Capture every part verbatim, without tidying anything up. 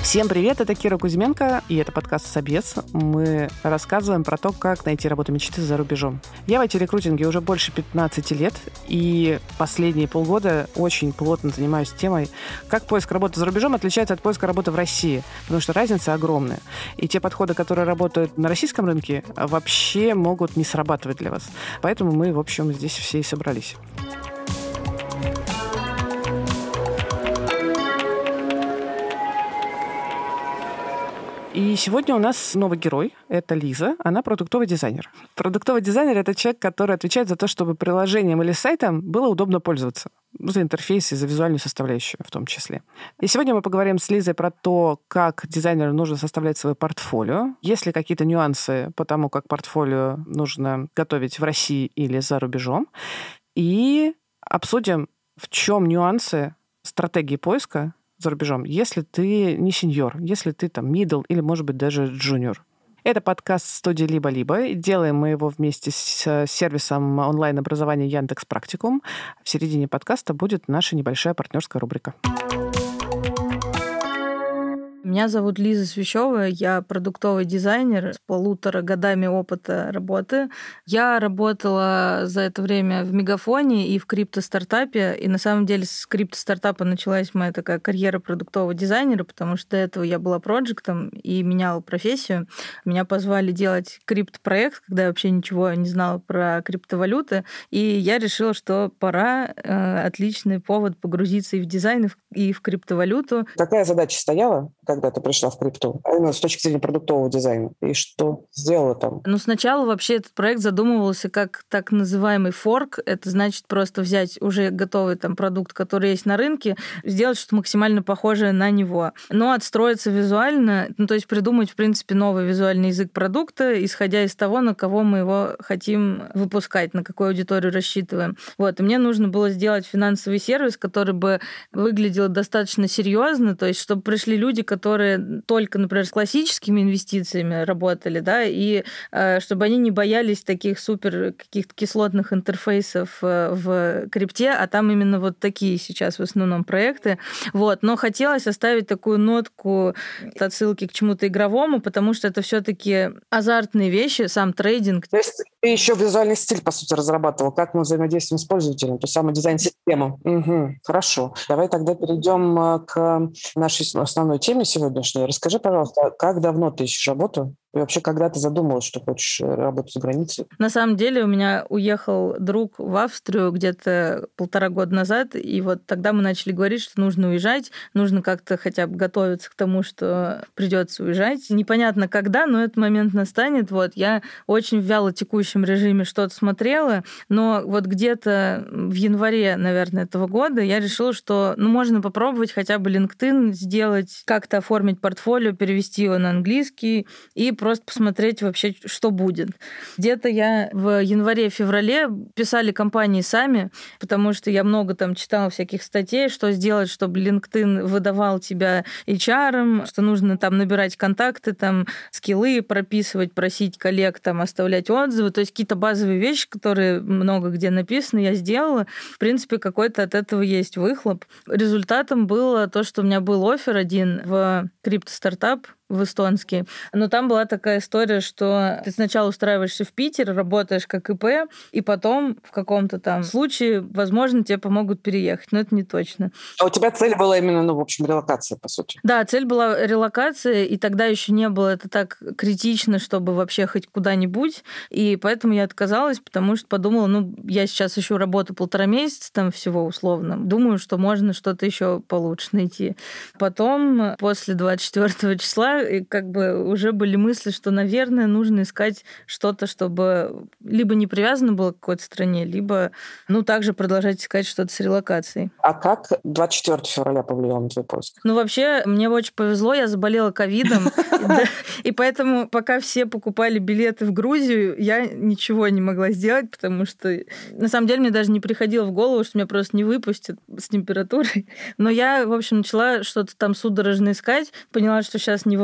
Всем привет, это Кира Кузьменко, и это подкаст «Собес». Мы рассказываем про то, как найти работу мечты за рубежом. Я в ай ти-рекрутинге уже больше пятнадцати лет, и последние полгода очень плотно занимаюсь темой, как поиск работы за рубежом отличается от поиска работы в России, потому что разница огромная. И те подходы, которые работают на российском рынке, вообще могут не срабатывать для вас. Поэтому мы, в общем, здесь все и собрались. И сегодня у нас новый герой. Это Лиза. Она продуктовый дизайнер. Продуктовый дизайнер — это человек, который отвечает за то, чтобы приложением или сайтом было удобно пользоваться. За интерфейс и за визуальную составляющую в том числе. И сегодня мы поговорим с Лизой про то, как дизайнеру нужно составлять свое портфолио, есть ли какие-то нюансы по тому, как портфолио нужно готовить в России или за рубежом. И обсудим, в чем нюансы стратегии поиска за рубежом, если ты не сеньор, если ты там middle или, может быть, даже джуниор. Это подкаст студии «Либо-либо». Делаем мы его вместе с сервисом онлайн-образования Яндекс.Практикум. В середине подкаста будет наша небольшая партнерская рубрика. Меня зовут Лиза Свящева, я продуктовый дизайнер с полутора годами опыта работы. Я работала за это время в Мегафоне и в крипто-стартапе, и на самом деле с крипто-стартапа началась моя такая карьера продуктового дизайнера, потому что до этого я была проектом и меняла профессию. Меня позвали делать крипто-проект, когда я вообще ничего не знала про криптовалюты, и я решила, что пора, э, отличный повод погрузиться и в дизайн, и в криптовалюту. Какая задача стояла, когда ты пришла в крипту, именно с точки зрения продуктового дизайна? И что сделала там? Ну, сначала вообще этот проект задумывался как так называемый форк. Это значит просто взять уже готовый там продукт, который есть на рынке, сделать что-то максимально похожее на него. Но отстроиться визуально, ну, то есть придумать, в принципе, новый визуальный язык продукта, исходя из того, на кого мы его хотим выпускать, на какую аудиторию рассчитываем. Вот. И мне нужно было сделать финансовый сервис, который бы выглядел достаточно серьезно, то есть чтобы пришли люди, которые только, например, с классическими инвестициями работали, да, и э, чтобы они не боялись таких супер каких-то кислотных интерфейсов э, в крипте, а там именно вот такие сейчас в основном проекты. Вот. Но хотелось оставить такую нотку отсылки к чему-то игровому, потому что это все-таки азартные вещи, сам трейдинг. То есть ты еще визуальный стиль, по сути, разрабатывал, как мы взаимодействуем с пользователем, то самое дизайн-систему. Угу. Хорошо. Давай тогда перейдем к нашей основной теме сегодняшней. Расскажи, пожалуйста, как давно ты ищешь работу? И вообще, когда ты задумалась, что хочешь работать за границей? На самом деле у меня уехал друг в Австрию где-то полтора года назад, и вот тогда мы начали говорить, что нужно уезжать, нужно как-то хотя бы готовиться к тому, что придется уезжать. Непонятно когда, но этот момент настанет. Вот я очень в вялотекущем режиме что-то смотрела, но вот где-то в январе, наверное, этого года я решила, что ну, можно попробовать хотя бы LinkedIn сделать, как-то оформить портфолио, перевести его на английский и просто посмотреть вообще, что будет. Где-то я в январе-феврале писали компании сами, потому что я много там читала всяких статей, что сделать, чтобы LinkedIn выдавал тебя эйч ар, что нужно там набирать контакты, там скиллы прописывать, просить коллег там оставлять отзывы. То есть какие-то базовые вещи, которые много где написаны, я сделала. В принципе, какой-то от этого есть выхлоп. Результатом было то, что у меня был оффер один в крипто-стартап, в эстонский. Но там была такая история, что ты сначала устраиваешься в Питер, работаешь как ИП, и потом в каком-то там случае, возможно, тебе помогут переехать. Но это не точно. А у тебя цель была именно, ну, в общем, релокация, по сути? Да, цель была релокация, и тогда еще не было это так критично, чтобы вообще хоть куда-нибудь. И поэтому я отказалась, потому что подумала, ну, я сейчас ищу работу полтора месяца, там всего условно. Думаю, что можно что-то еще получше найти. Потом, после двадцать четвёртого числа, и как бы уже были мысли, что, наверное, нужно искать что-то, чтобы либо не привязано было к какой-то стране, либо, ну, также продолжать искать что-то с релокацией. А как двадцать четвёртого февраля повлиял на твой поиск? Ну, вообще, мне очень повезло, я заболела ковидом, и поэтому, пока все покупали билеты в Грузию, я ничего не могла сделать, потому что, на самом деле, мне даже не приходило в голову, что меня просто не выпустят с температурой. Но я, в общем, начала что-то там судорожно искать, поняла, что сейчас не во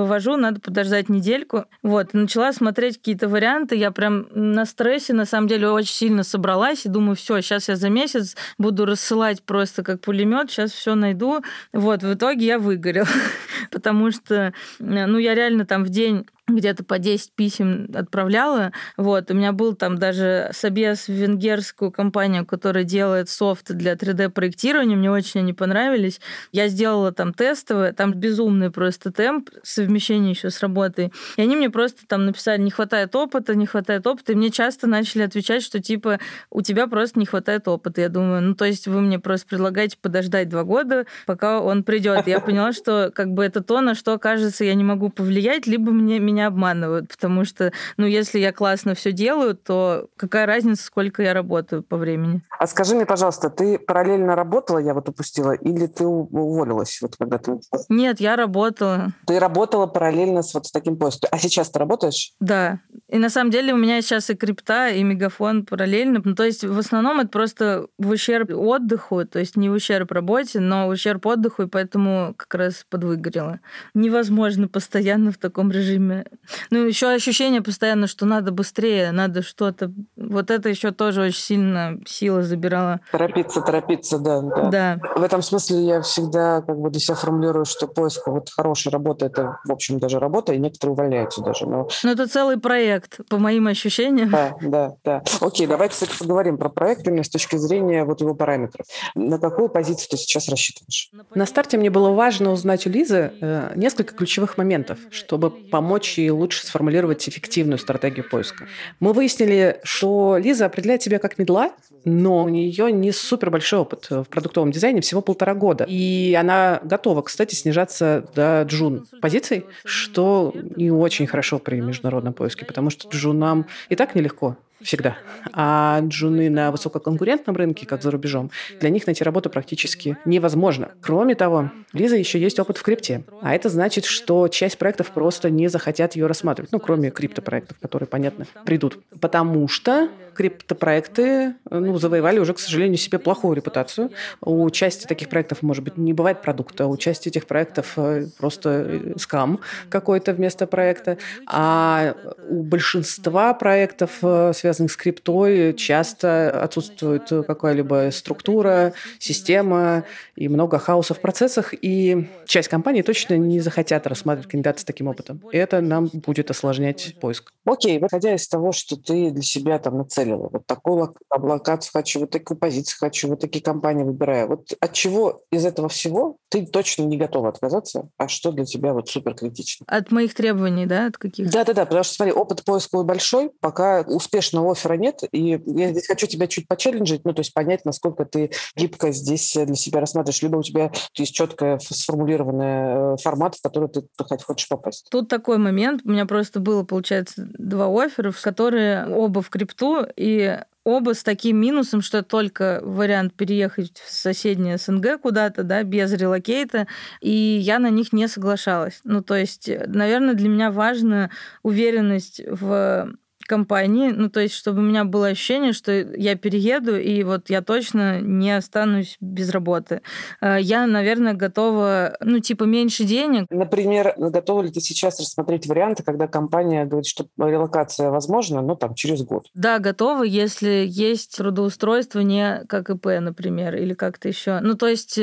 вывожу, надо подождать недельку. Вот, начала смотреть какие-то варианты, я прям на стрессе, на самом деле, очень сильно собралась и думаю, все, сейчас я за месяц буду рассылать просто как пулемет, сейчас все найду. Вот, в итоге я выгорела, потому что, ну, я реально там в день где-то по десять писем отправляла. Вот. У меня был там даже собес в венгерскую компанию, которая делает софт для три дэ-проектирования. Мне очень они понравились. Я сделала там тестовое, там безумный просто темп, совмещение еще с работой. И они мне просто там написали, не хватает опыта, не хватает опыта. И мне часто начали отвечать, что типа у тебя просто не хватает опыта. Я думаю, ну то есть вы мне просто предлагаете подождать два года, пока он придет. Я поняла, что как бы это то, на что, кажется, я не могу повлиять, либо мне, меня меня обманывают, потому что, ну, если я классно все делаю, то какая разница, сколько я работаю по времени? А скажи мне, пожалуйста, ты параллельно работала, я вот упустила, или ты уволилась, вот когда ты... Нет, я работала. Ты работала параллельно с вот с таким поиском. А сейчас ты работаешь? Да. И на самом деле у меня сейчас и крипта, и мегафон параллельно. Ну, то есть в основном это просто в ущерб отдыху, то есть не в ущерб работе, но в ущерб отдыху, и поэтому как раз подвыгорела. Невозможно постоянно в таком режиме. Ну, еще ощущение постоянно, что надо быстрее, надо что-то... Вот это еще тоже очень сильно сила забирала. Торопиться, торопиться, да, да. Да. В этом смысле я всегда как бы для себя формулирую, что поиск вот хорошей работы — это, в общем, даже работа, и некоторые увольняются даже. Но... Ну, это целый проект, по моим ощущениям. Да, да, да. Окей, давай, кстати, поговорим про проект именно с точки зрения вот его параметров. На какую позицию ты сейчас рассчитываешь? На старте мне было важно узнать у Лизы э, несколько ключевых моментов, чтобы помочь ей лучше сформулировать эффективную стратегию поиска. Мы выяснили, что Лиза определяет себя как мидла, но у нее не супер большой опыт в продуктовом дизайне, всего полтора года. И она готова, кстати, снижаться до джун позиций, что не очень хорошо при международном поиске, потому что джунам и так нелегко. Всегда. А джуны на высококонкурентном рынке, как за рубежом, для них найти работу практически невозможно. Кроме того, Лиза еще есть опыт в крипте. А это значит, что часть проектов просто не захотят ее рассматривать. Ну, кроме криптопроектов, которые, понятно, придут. Потому что криптопроекты, ну, завоевали уже, к сожалению, себе плохую репутацию. У части таких проектов, может быть, не бывает продукта. У части этих проектов просто скам какой-то вместо проекта. А у большинства проектов, связанных с криптой, часто отсутствует какая-либо структура, система и много хаоса в процессах. И часть компаний точно не захотят рассматривать кандидата с таким опытом. И это нам будет осложнять поиск. Окей, выходя из того, что ты для себя там нацелила, вот такую локацию хочу, вот такую позицию хочу, вот такие компании выбираю. Вот от чего из этого всего ты точно не готова отказаться, а что для тебя вот супер критично? От моих требований, да, от каких? Да-да-да, потому что, смотри, опыт поиска большой, пока успешного оффера нет, и я здесь хочу тебя чуть почелленджить, ну, то есть понять, насколько ты гибко здесь для себя рассматриваешь, либо у тебя есть четко сформулированный формат, в который ты хочешь попасть. Тут такой момент, у меня просто было, получается, два оффера, которые оба в крипту, и оба с таким минусом, что только вариант переехать в соседнее СНГ куда-то, да, без релокейта, и я на них не соглашалась. Ну, то есть, наверное, для меня важна уверенность в компании, ну, то есть, чтобы у меня было ощущение, что я перееду, и вот я точно не останусь без работы. Я, наверное, готова, ну, типа, меньше денег. Например, готова ли ты сейчас рассмотреть варианты, когда компания говорит, что релокация возможна, но там через год? Да, готова, если есть трудоустройство не как ИП, например, или как-то еще. Ну, то есть,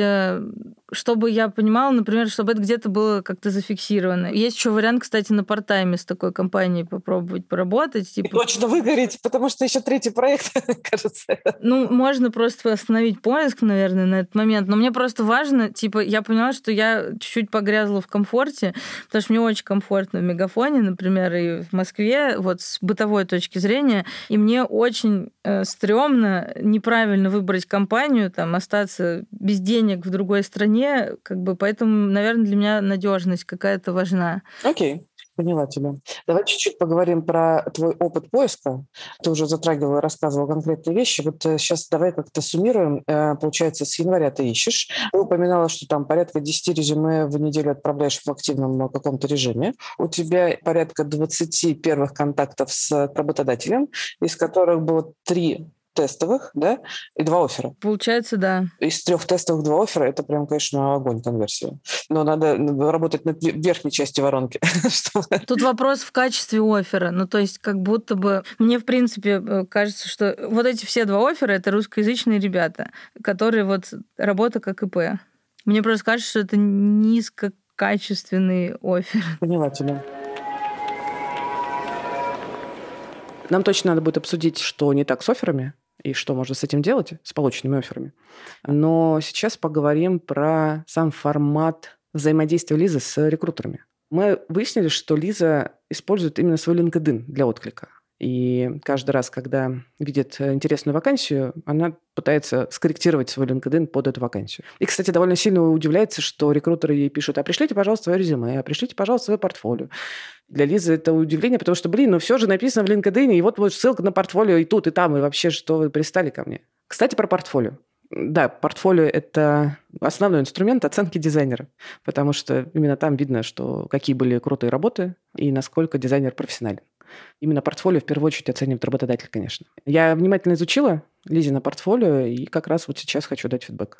чтобы я понимала, например, чтобы это где-то было как-то зафиксировано. Есть еще вариант, кстати, на парт-тайме с такой компанией попробовать поработать. Типа... И точно выгореть, потому что еще третий проект, кажется. Ну, можно просто остановить поиск, наверное, на этот момент. Но мне просто важно, типа, я поняла, что я чуть-чуть погрязла в комфорте, потому что мне очень комфортно в Мегафоне, например, и в Москве, вот с бытовой точки зрения. И мне очень э, стрёмно неправильно выбрать компанию, там, остаться без денег в другой стране, как бы, поэтому, наверное, для меня надежность какая-то важна. Окей. Поняла тебя. Давай чуть-чуть поговорим про твой опыт поиска. Ты уже затрагивала, рассказывала конкретные вещи. Вот сейчас давай как-то суммируем. Получается, с января ты ищешь. Ты упоминала, что там порядка десять резюме в неделю отправляешь в активном каком-то режиме. У тебя порядка двадцать первых контактов с работодателем, из которых было три тестовых, да, и два оффера. Получается, да. Из трех тестовых два оффера это прям, конечно, огонь конверсии. Но надо работать над верхней части воронки. Тут вопрос в качестве оффера. Ну, то есть, как будто бы... Мне, в принципе, кажется, что вот эти все два оффера — это русскоязычные ребята, которые вот работа как ИП. Мне просто кажется, что это низкокачественный оффер. Поняла тебя. Нам точно надо будет обсудить, что не так с офферами и что можно с этим делать, с полученными офферами. Но сейчас поговорим про сам формат взаимодействия Лизы с рекрутерами. Мы выяснили, что Лиза использует именно свой LinkedIn для отклика. И каждый раз, когда видит интересную вакансию, она пытается скорректировать свой LinkedIn под эту вакансию. И, кстати, довольно сильно удивляется, что рекрутеры ей пишут: а пришлите, пожалуйста, свое резюме, а пришлите, пожалуйста, свое портфолио. Для Лизы это удивление, потому что, блин, ну все же написано в LinkedIn, и вот, вот ссылка на портфолио и тут, и там, и вообще, что вы пристали ко мне. Кстати, про портфолио. Да, портфолио – это основной инструмент оценки дизайнера, потому что именно там видно, что какие были крутые работы и насколько дизайнер профессионален. Именно портфолио в первую очередь оценивает работодатель, конечно. Я внимательно изучила Лизина портфолио и как раз вот сейчас хочу дать фидбэк.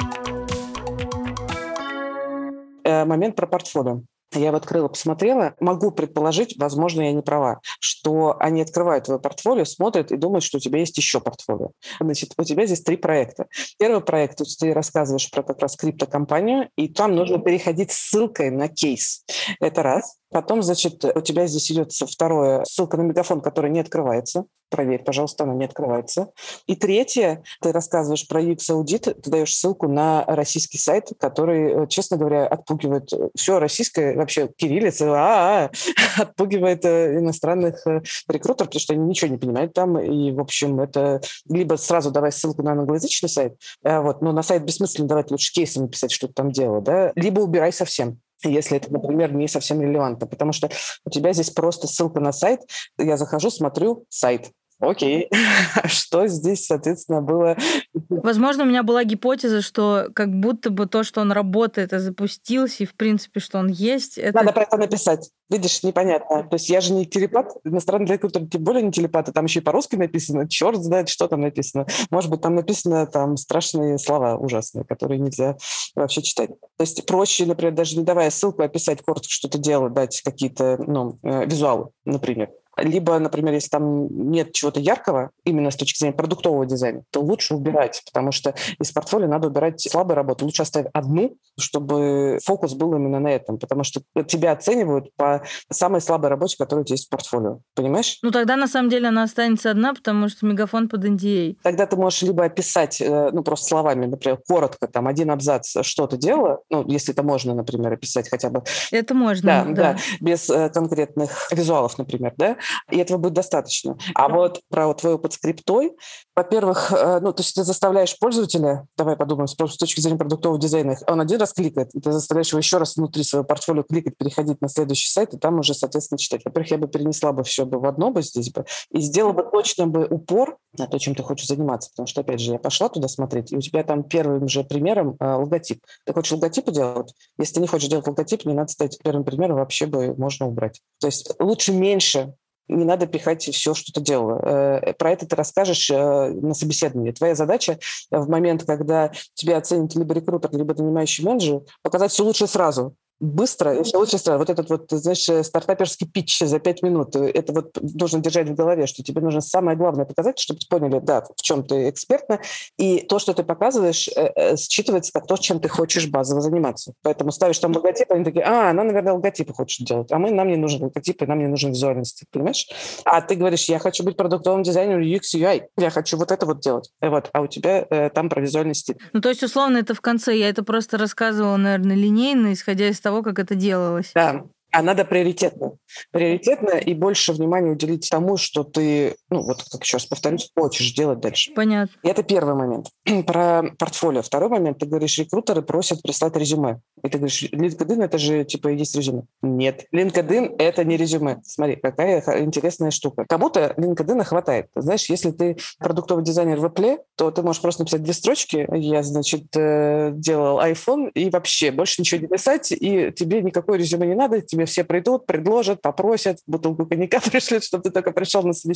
Э, момент про портфолио. Я его открыла, посмотрела. Могу предположить, возможно, я не права, что они открывают твое портфолио, смотрят и думают, что у тебя есть еще портфолио. Значит, у тебя здесь три проекта. Первый проект, тут ты рассказываешь про как раз криптокомпанию, и там нужно переходить ссылкой на кейс. Это раз. Потом, значит, у тебя здесь идет второе, ссылка на Мегафон, которая не открывается. Проверь, пожалуйста, она не открывается. И третье, ты рассказываешь про ю экс-аудит, ты даешь ссылку на российский сайт, который, честно говоря, отпугивает все российское, вообще кириллица, а-а-а, отпугивает иностранных рекрутеров, потому что они ничего не понимают там. И, в общем, это либо сразу давай ссылку на англоязычный сайт, вот, но на сайт бессмысленно давать, лучше кейсами писать, что ты там делал, да, либо убирай совсем, если это, например, не совсем релевантно, потому что у тебя здесь просто ссылка на сайт, я захожу, смотрю сайт. Окей, что здесь, соответственно, было? Возможно, у меня была гипотеза, что как будто бы то, что он работает и запустился, и, в принципе, что он есть... Это... Надо про это написать. Видишь, непонятно. То есть я же не телепат, иностранный рекрутер тем более не телепат, а там еще и по-русски написано, черт знает, что там написано. Может быть, там написано там страшные слова ужасные, которые нельзя вообще читать. То есть проще, например, даже не давая ссылку, описать коротко, что ты делал, дать какие-то ну, визуалы, например. Либо, например, если там нет чего-то яркого, именно с точки зрения продуктового дизайна, то лучше убирать, потому что из портфолио надо убирать слабые работы. Лучше оставить одну, чтобы фокус был именно на этом, потому что тебя оценивают по самой слабой работе, которая у тебя есть в портфолио. Понимаешь? Ну, тогда, на самом деле, она останется одна, потому что Мегафон под эн ди эй. Тогда ты можешь либо описать, ну, просто словами, например, коротко, там, один абзац, что ты делала, ну, если это можно, например, описать хотя бы. Это можно, да. Да, да, без э, конкретных визуалов, например, да, и этого будет достаточно. А вот про вот твой опыт с криптой, во-первых, э, ну, то есть ты заставляешь пользователя, давай подумаем, с точки зрения продуктового дизайна, он один раз кликает, и ты заставляешь его еще раз внутри своего портфолио кликать, переходить на следующий сайт, и там уже, соответственно, читать. Во-первых, я бы перенесла бы все бы в одно бы здесь бы, и сделала бы точно бы упор на то, чем ты хочешь заниматься. Потому что, опять же, я пошла туда смотреть, и у тебя там первым же примером э, логотип. Ты хочешь логотипы делать? Если ты не хочешь делать логотип, не надо ставить первым примером, вообще бы можно убрать. То есть лучше меньше, не надо пихать все, что ты делала. Э, про это ты расскажешь э, на собеседовании. Твоя задача в момент, когда тебя оценит либо рекрутер, либо нанимающий менеджер, показать все лучше сразу. Быстро и все лучше сразу. Вот этот вот, знаешь, стартаперский питч за пять минут, это вот нужно держать в голове, что тебе нужно самое главное показать, чтобы поняли, да, в чем ты экспертна, и то, что ты показываешь, считывается как то, чем ты хочешь базово заниматься. Поэтому ставишь там логотип, они такие, а, она, наверное, логотипы хочет делать, а мы, нам не нужен логотип, и нам не нужен визуальность, понимаешь? А ты говоришь, я хочу быть продуктовым дизайнером ю экс ю ай, я хочу вот это вот делать. Вот. А у тебя э, там про визуальный стиль. Ну, то есть, условно, это в конце. Я это просто рассказывала, наверное, линейно, исходя из того, как это делалось. Да. А надо приоритетно. Приоритетно и больше внимания уделить тому, что ты, ну вот, как еще раз повторюсь, хочешь делать дальше. Понятно. И это первый момент. Про портфолио. Второй момент. Ты говоришь, рекрутеры просят прислать резюме. И ты говоришь, LinkedIn — это же, типа, есть резюме. Нет. LinkedIn — это не резюме. Смотри, какая интересная штука. Кому-то LinkedIn хватает. Знаешь, если ты продуктовый дизайнер в Apple, то ты можешь просто написать две строчки. Я, значит, делал iPhone, и вообще больше ничего не писать, и тебе никакое резюме не надо, тебе все придут, предложат, попросят, бутылку коньяка пришлют, чтобы ты только пришел на собеседование.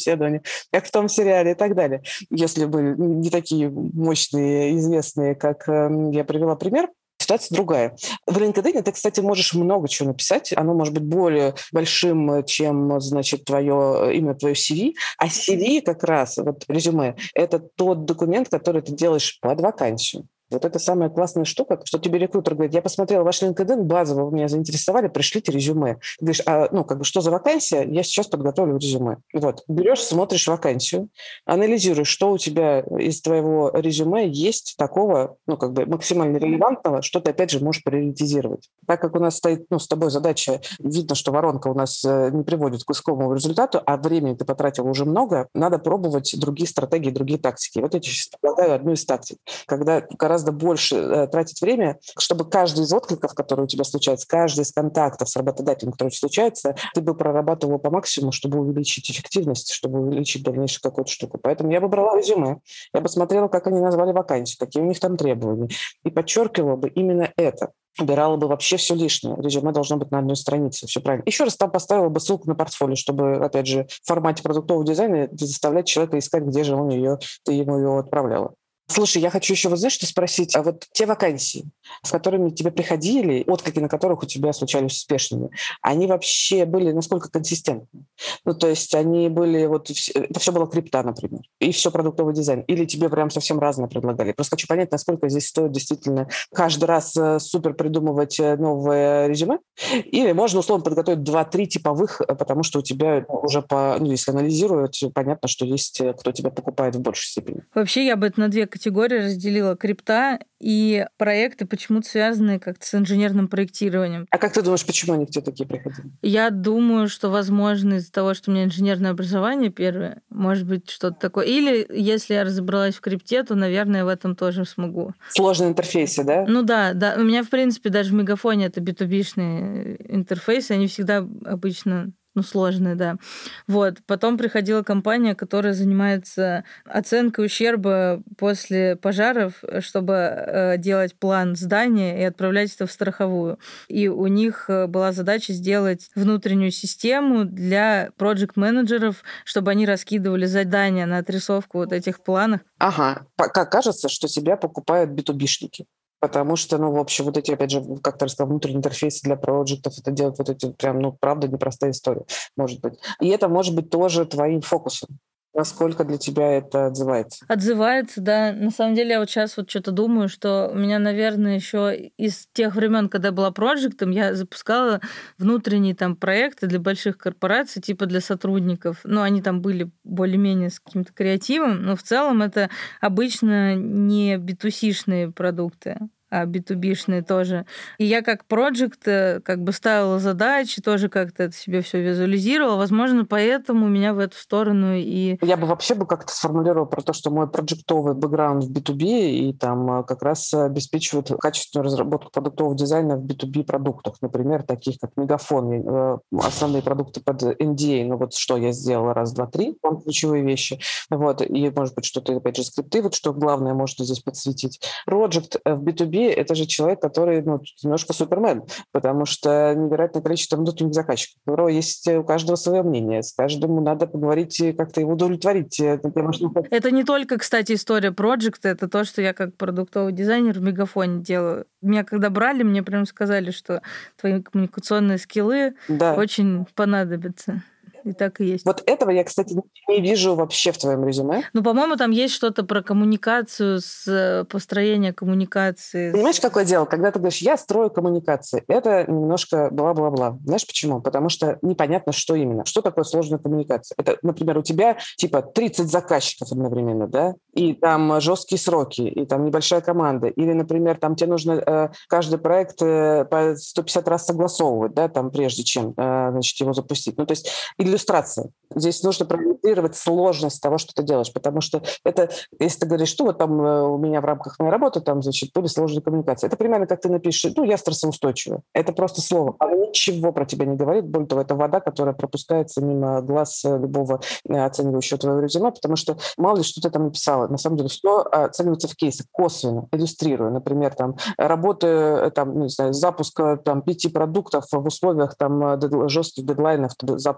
как в том сериале и так далее. Если бы не такие мощные, известные, как я привела пример, ситуация другая. В LinkedIn ты, кстати, можешь много чего написать. Оно может быть более большим, чем, значит, твое, именно твое си ви. А си ви как раз, вот резюме, это тот документ, который ты делаешь под вакансию. Вот это самая классная штука, что тебе рекрутер говорит: я посмотрел ваш LinkedIn, базово вы меня заинтересовали, пришлите резюме. Ты говоришь: а, ну, как бы, что за вакансия? Я сейчас подготовлю резюме. Вот. Берешь, смотришь вакансию, анализируешь, что у тебя из твоего резюме есть такого, ну, как бы, максимально релевантного, что ты, опять же, можешь приоритизировать. Так как у нас стоит, ну, с тобой задача, видно, что воронка у нас не приводит к искомому результату, а времени ты потратил уже много, надо пробовать другие стратегии, другие тактики. Вот я сейчас предлагаю одну из тактик. Когда гораздо больше э, тратить время, чтобы каждый из откликов, который у тебя случается, каждый из контактов с работодателем, который случается, ты бы прорабатывал его по максимуму, чтобы увеличить эффективность, чтобы увеличить дальнейшую какую-то штуку. Поэтому я бы брала резюме, я бы смотрела, как они назвали вакансию, какие у них там требования, и подчеркивала бы именно это. Убирала бы вообще все лишнее. Резюме должно быть на одной странице, все правильно. Еще раз там поставила бы ссылку на портфолио, чтобы, опять же, в формате продуктового дизайна заставлять человека искать, где же он ее, ты ему ее отправляла. Слушай, я хочу еще вот, знаешь, что спросить? А вот те вакансии, с которыми тебе приходили, отклики на которых у тебя случались успешными, они вообще были насколько консистентны? Ну, то есть они были, вот, это все было крипта, например, и все продуктовый дизайн, или тебе прям совсем разное предлагали? Просто хочу понять, насколько здесь стоит действительно каждый раз супер придумывать новое резюме, или можно, условно, подготовить два-три типовых, потому что у тебя уже, по, ну, если анализировать, понятно, что есть кто тебя покупает в большей степени. Вообще я бы это на две категории разделила: крипта и проекты, почему-то связанные как-то с инженерным проектированием. А как ты думаешь, почему они к тебе такие приходили? Я думаю, что, возможно, из-за того, что у меня инженерное образование первое, может быть, что-то такое. Или если я разобралась в крипте, то, наверное, в этом тоже смогу. Сложные интерфейсы, да? Ну да, да. У меня, в принципе, даже в Мегафоне это би ту би-шные интерфейсы, они всегда обычно... Ну, сложные, да. Вот. Потом приходила компания, которая занимается оценкой ущерба после пожаров, чтобы э, делать план здания и отправлять это в страховую. И у них была задача сделать внутреннюю систему для проект-менеджеров, чтобы они раскидывали задания на отрисовку вот этих планов. Ага. Пока кажется, что тебя покупают би ту би-шники. Потому что, ну, в общем, вот эти, опять же, как ты рассказал, внутренние интерфейсы для проектов, это делать вот эти прям, ну, правда, непростая история, может быть. И это может быть тоже твоим фокусом. Насколько для тебя это отзывается? Отзывается, да. На самом деле, я вот сейчас вот что-то думаю, что у меня, наверное, еще из тех времен, когда я была проектом, я запускала внутренние там проекты для больших корпораций, типа для сотрудников. Ну, они там были более-менее с каким-то креативом, но в целом это обычно не би ту си-шные продукты, а би ту би-шные тоже. И я как проект как бы ставила задачи, тоже как-то это себе все визуализировала. Возможно, поэтому меня в эту сторону и... Я бы вообще бы как-то сформулировала про то, что мой проектовый бэкграунд в би ту би и там как раз обеспечивает качественную разработку продуктового дизайна в би ту би-продуктах. Например, таких как Мегафон, основные продукты под эн ди эй. Ну вот что я сделала, раз, два, три, там ключевые вещи. Вот. И, может быть, что-то, опять же, скрипты, вот что главное можно здесь подсветить. Проект в би ту би это же человек, который, ну, немножко супермен, потому что невероятное количество внутренних заказчиков. У которого есть у каждого свое мнение, с каждым надо поговорить, как-то его удовлетворить. Это не только, кстати, история проекта, это то, что я как продуктовый дизайнер в Мегафоне делаю. Меня когда брали, мне прям сказали, что твои коммуникационные скиллы да. очень понадобятся. И так и есть. Вот этого я, кстати, не вижу вообще в твоем резюме. Ну, по-моему, там есть что-то про коммуникацию, с построение коммуникации. Понимаешь, какое дело? Когда ты говоришь, я строю коммуникации, это немножко бла-бла-бла. Знаешь почему? Потому что непонятно, что именно. Что такое сложная коммуникация? Это, например, у тебя типа тридцать заказчиков одновременно, да? И там жесткие сроки, и там небольшая команда. Или, например, там тебе нужно э, каждый проект э, по сто пятьдесят раз согласовывать, да, там, прежде чем, э, значит, его запустить. Ну, то есть иллюстрация. Здесь нужно проиллюстрировать сложность того, что ты делаешь, потому что это, если ты говоришь, что вот там у меня в рамках моей работы там, значит, были сложные коммуникации. Это примерно как ты напишешь, ну, я стрессоустойчивая. Это просто слово. А ничего про тебя не говорит. Более того, это вода, которая пропускается мимо глаз любого оценивающего твоего резюме, потому что мало ли, что ты там написала. На самом деле все оценивается в кейсах, косвенно, иллюстрируя. Например, там, работы, там, не знаю, запуска там, пяти продуктов в условиях там, дед... жестких дедлайнов, запуск три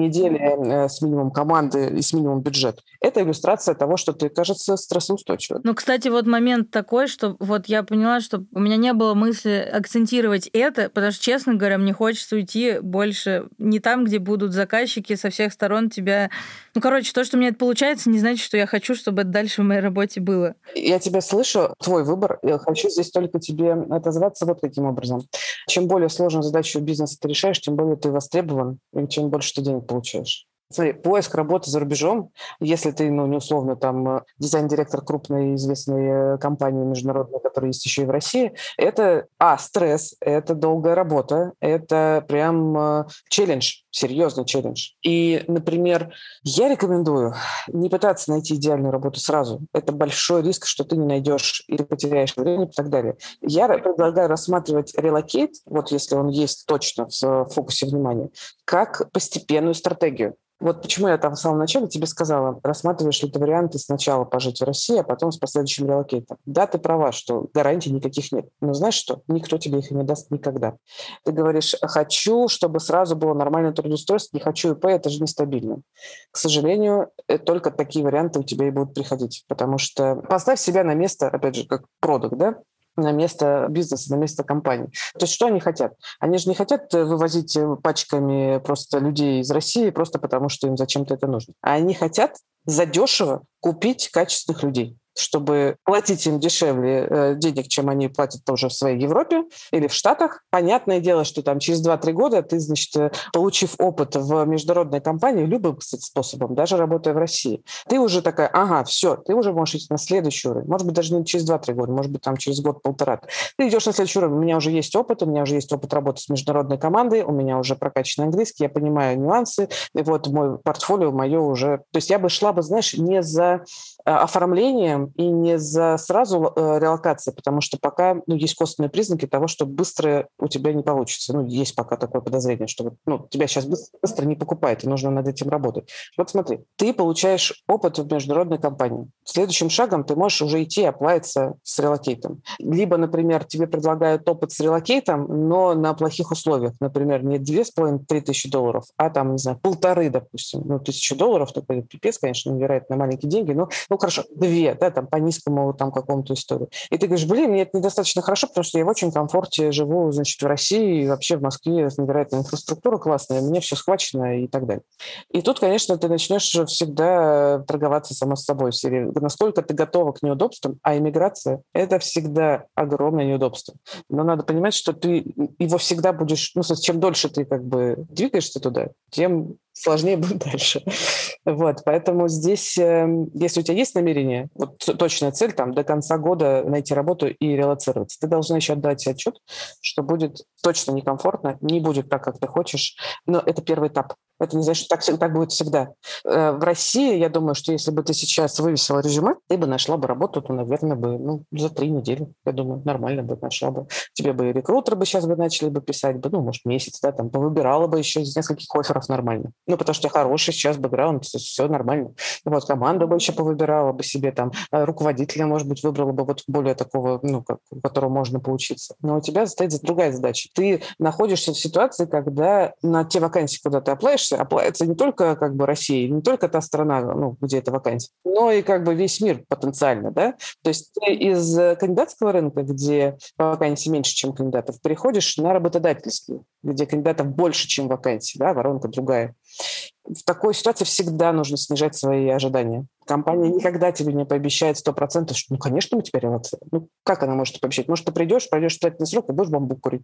недели с минимум команды и с минимум бюджет. Это иллюстрация того, что ты, кажется, стрессоустойчивым. Ну, кстати, вот момент такой, что вот я поняла, что у меня не было мысли акцентировать это, потому что, честно говоря, мне хочется уйти больше не там, где будут заказчики со всех сторон тебя... Ну, короче, то, что у меня это получается, не значит, что я хочу, чтобы это дальше в моей работе было. Я тебя слышу, твой выбор. Я хочу здесь только тебе отозваться вот таким образом. Чем более сложную задачу бизнеса ты решаешь, тем более ты востребован, и чем больше ты денег получаешь. Смотри, поиск работы за рубежом, если ты, ну, не условно, там, дизайн-директор крупной известной компании международной, которая есть еще и в России, это, а, стресс, это долгая работа, это прям э, челлендж, серьезный челлендж. И, например, я рекомендую не пытаться найти идеальную работу сразу. Это большой риск, что ты не найдешь или потеряешь время и так далее. Я предлагаю рассматривать релокейт, вот если он есть точно в фокусе внимания, как постепенную стратегию. Вот почему я там в самом начале тебе сказала, рассматриваешь ли ты варианты сначала пожить в России, а потом с последующим релокейтом. Да, ты права, что гарантий никаких нет. Но знаешь что? Никто тебе их и не даст никогда. Ты говоришь, хочу, чтобы сразу было нормальное трудоустройство, не хочу ИП, это же нестабильно. К сожалению, только такие варианты у тебя и будут приходить. Потому что поставь себя на место, опять же, как продукт, да? На место бизнеса, на место компании. То есть что они хотят? Они же не хотят вывозить пачками просто людей из России просто потому, что им зачем-то это нужно. А они хотят задешево купить качественных людей, чтобы платить им дешевле э, денег, чем они платят тоже в своей Европе или в Штатах. Понятное дело, что там через два-три года ты, значит, получив опыт в международной компании, любым, кстати, способом, даже работая в России, ты уже такая, ага, все, ты уже можешь идти на следующий уровень. Может быть, даже не через два-три года, может быть, там через год-полтора. Ты идешь на следующий уровень. У меня уже есть опыт, у меня уже есть опыт работы с международной командой, у меня уже прокачан английский, я понимаю нюансы, и вот мой портфолио, мое уже... То есть я бы шла бы, знаешь, не за оформлением и не за сразу э, релокацией, потому что пока ну, есть косвенные признаки того, что быстро у тебя не получится. Ну, есть пока такое подозрение, что ну, тебя сейчас быстро, быстро не покупают, и нужно над этим работать. Вот смотри, ты получаешь опыт в международной компании. Следующим шагом ты можешь уже идти оплавиться с релокейтом. Либо, например, тебе предлагают опыт с релокейтом, но на плохих условиях. Например, не две с половиной-три тысячи долларов, а там, не знаю, полторы, допустим. Ну, тысячу долларов, такой пипец, конечно, невероятно маленькие деньги, но ну, хорошо, две, да, там, по низкому там какому-то историю. И ты говоришь, блин, мне это недостаточно хорошо, потому что я в очень комфорте живу, значит, в России, и вообще в Москве невероятная инфраструктура классная, у меня все схвачено и так далее. И тут, конечно, ты начнешь всегда торговаться сама с собой в серии, насколько ты готова к неудобствам, а иммиграция – это всегда огромное неудобство. Но надо понимать, что ты его всегда будешь, ну, чем дольше ты как бы двигаешься туда, тем сложнее будет дальше. Вот, поэтому здесь, если у тебя есть намерение, вот точная цель, там, до конца года найти работу и релоцироваться, ты должна еще отдать себе отчет, что будет точно некомфортно, не будет так, как ты хочешь, но это первый этап. Это не значит, что так, так будет всегда. В России, я думаю, что если бы ты сейчас вывесила резюме, ты бы нашла бы работу, то, наверное, бы, ну, за три недели, я думаю, нормально бы нашла бы. Тебе бы и рекрутеры бы сейчас бы начали бы писать, бы, ну, может, месяц, да, там, повыбирала бы еще из нескольких офферов нормально. Ну, потому что у тебя хороший сейчас бэкграунд, все нормально. Вот, команду бы еще повыбирала бы себе, там, руководителя, может быть, выбрала бы вот более такого, ну, как, у которого можно поучиться. Но у тебя стоит другая задача. Ты находишься в ситуации, когда на те вакансии, куда ты оплаешь, оплавится не только как бы Россия, не только та страна, ну, где эта вакансия, но и как бы весь мир потенциально, да. То есть ты из кандидатского рынка, где вакансий меньше, чем кандидатов, переходишь на работодательский, где кандидатов больше, чем вакансий, да, воронка другая. В такой ситуации всегда нужно снижать свои ожидания. Компания никогда тебе не пообещает сто процентов, что, ну, конечно, мы тебя релоцируем. Ну, как она может пообещать? Может, ты придешь, пройдешь испытательный срок и будешь бамбук курить.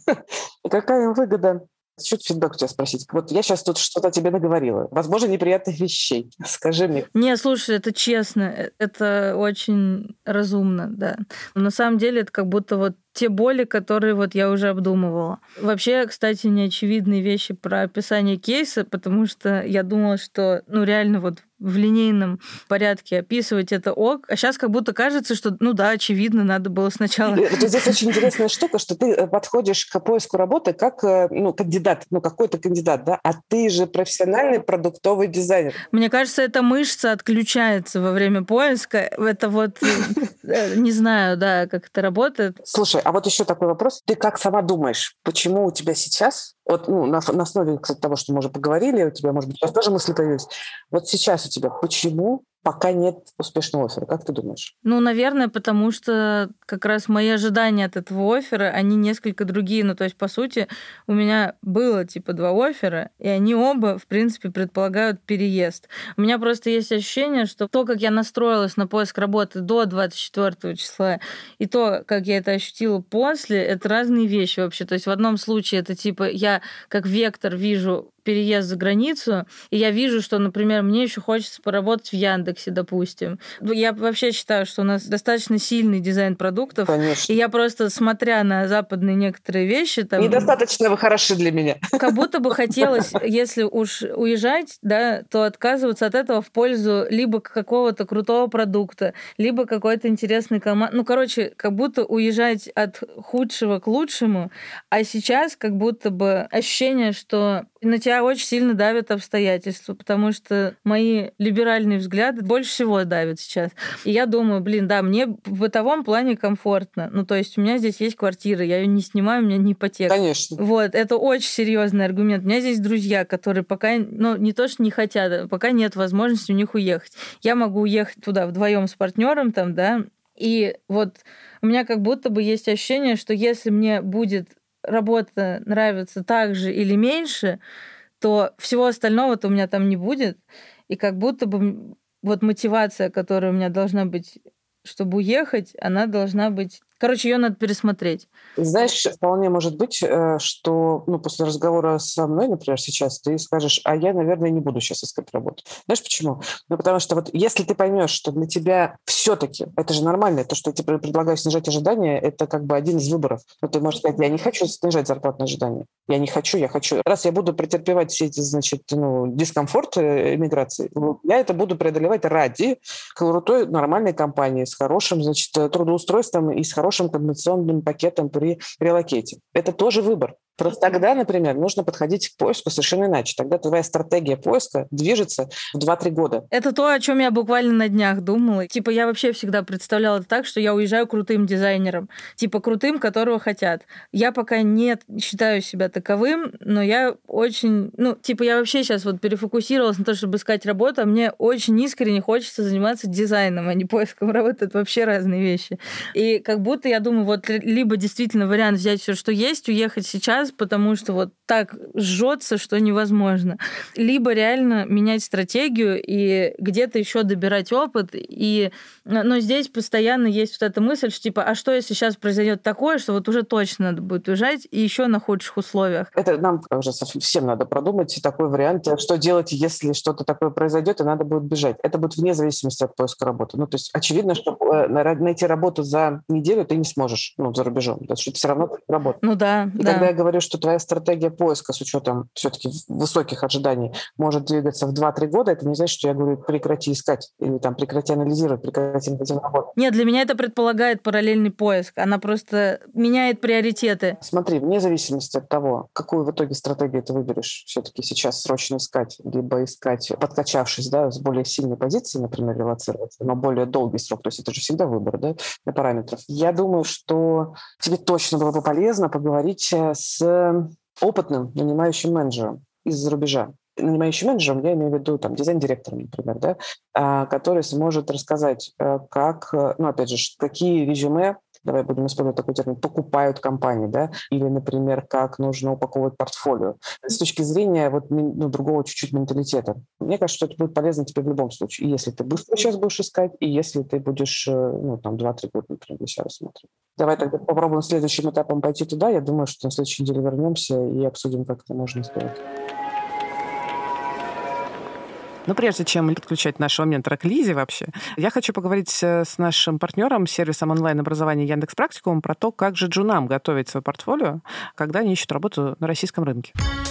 Какая выгода? Чуть фидбэк у тебя спросить. Вот я сейчас тут что-то тебе наговорила. Возможно, неприятных вещей. Скажи мне. Не, слушай, это честно. Это очень разумно, да. Но на самом деле это как будто вот те боли, которые вот я уже обдумывала. Вообще, кстати, неочевидные вещи про описание кейса, потому что я думала, что, ну, реально вот в линейном порядке описывать это ок. А сейчас как будто кажется, что, ну да, очевидно, надо было сначала... Вот здесь очень интересная штука, что ты подходишь к поиску работы как, ну, кандидат, ну, какой-то кандидат, да, а ты же профессиональный продуктовый дизайнер. Мне кажется, эта мышца отключается во время поиска. Это вот, не знаю, да, как это работает. Слушай, а вот еще такой вопрос. Ты как сама думаешь, почему у тебя сейчас Вот, ну, на, на основе, кстати, того, что мы уже поговорили, у тебя, может быть, сейчас тоже мысли появились. Вот сейчас у тебя почему пока нет успешного оффера? Как ты думаешь? Ну, наверное, потому что как раз мои ожидания от этого оффера, они несколько другие. Ну, то есть, по сути, у меня было типа два оффера, и они оба, в принципе, предполагают переезд. У меня просто есть ощущение, что то, как я настроилась на поиск работы до двадцать четвёртого числа, и то, как я это ощутила после, это разные вещи вообще. То есть в одном случае это типа я как вектор вижу переезд за границу, и я вижу, что, например, мне еще хочется поработать в Яндексе, допустим. Я вообще считаю, что у нас достаточно сильный дизайн продуктов. Конечно. И я просто, смотря на западные некоторые вещи... Там, недостаточно вы хороши для меня. Как будто бы хотелось, если уж уезжать, да, то отказываться от этого в пользу либо какого-то крутого продукта, либо какой-то интересной команды. Ну, короче, как будто уезжать от худшего к лучшему, а сейчас как будто бы ощущение, что на тебя очень сильно давят обстоятельства, потому что мои либеральные взгляды больше всего давят сейчас. И я думаю, блин, да, мне в бытовом плане комфортно. Ну, то есть у меня здесь есть квартира, я ее не снимаю, у меня не ипотека. Конечно. Вот, это очень серьезный аргумент. У меня здесь друзья, которые пока, ну, не то, что не хотят, пока нет возможности у них уехать. Я могу уехать туда вдвоем с партнером, там, да, и вот у меня как будто бы есть ощущение, что если мне будет работа нравится так же или меньше, то всего остального-то у меня там не будет. И как будто бы вот мотивация, которая у меня должна быть, чтобы уехать, она должна быть... Короче, ее надо пересмотреть. Знаешь, вполне может быть, что ну, после разговора со мной, например, сейчас, ты скажешь, а я, наверное, не буду сейчас искать работу. Знаешь почему? Ну, потому что вот если ты поймешь, что для тебя все-таки, это же нормально, то, что я тебе предлагаю снижать ожидания, это как бы один из выборов. Но ты можешь сказать, я не хочу снижать зарплатные ожидания. Я не хочу, я хочу. Раз я буду претерпевать все эти, значит, ну, дискомфорты эмиграции, я это буду преодолевать ради крутой, нормальной компании с хорошим, значит, трудоустройством и с хорошим компенсационным пакетом при релокейте. Это тоже выбор. Просто тогда, например, нужно подходить к поиску совершенно иначе. Тогда твоя стратегия поиска движется в два-три года. Это то, о чем я буквально на днях думала. Типа я вообще всегда представляла это так, что я уезжаю крутым дизайнером. Типа крутым, которого хотят. Я пока не считаю себя таковым, но я очень... Ну, типа я вообще сейчас вот перефокусировалась на то, чтобы искать работу, а мне очень искренне хочется заниматься дизайном, а не поиском работы. Это вообще разные вещи. И как будто я думаю, вот либо действительно вариант взять все, что есть, уехать сейчас, потому что вот так жжется, что невозможно. Либо реально менять стратегию и где-то еще добирать опыт. И... Но здесь постоянно есть вот эта мысль, что типа, а что, если сейчас произойдет такое, что вот уже точно надо будет уезжать и еще на худших условиях? Это нам уже всем надо продумать такой вариант, что делать, если что-то такое произойдет, и надо будет бежать. Это будет вне зависимости от поиска работы. Ну, то есть очевидно, что найти работу за неделю ты не сможешь, ну, за рубежом, потому что это все равно работа. Ну да, и да. Когда я говорю, что твоя стратегия поиска с учетом все-таки высоких ожиданий может двигаться в два-три года, это не значит, что я говорю, прекрати искать или там прекрати анализировать, прекрати интенсивно работать. Нет, для меня это предполагает параллельный поиск. Она просто меняет приоритеты. Смотри, вне зависимости от того, какую в итоге стратегию ты выберешь, все-таки сейчас срочно искать, либо искать, подкачавшись, да, с более сильной позиции, например, релоцироваться, но более долгий срок, то есть это же всегда выбор, да, для параметров. Я думаю, что тебе точно было бы полезно поговорить с опытным нанимающим менеджером из-за рубежа. Нанимающим менеджером я имею в виду там, дизайн-директором, например, да, который сможет рассказать, как, ну, опять же, какие резюме, давай будем использовать такой термин, покупают компании, да, или, например, как нужно упаковывать портфолио. С точки зрения вот, ну, другого чуть-чуть менталитета. Мне кажется, что это будет полезно тебе в любом случае. И если ты быстро сейчас будешь искать, и если ты будешь, ну, там, два-три года, например, для себя рассматривать. Давай тогда попробуем следующим этапом пойти туда. Я думаю, что на следующей неделе вернемся и обсудим, как это можно сделать. Но прежде чем подключать нашего ментора к Лизе вообще, я хочу поговорить с нашим партнером, сервисом онлайн-образования Яндекс.Практикум, про то, как же джунам готовить свое портфолио, когда они ищут работу на российском рынке.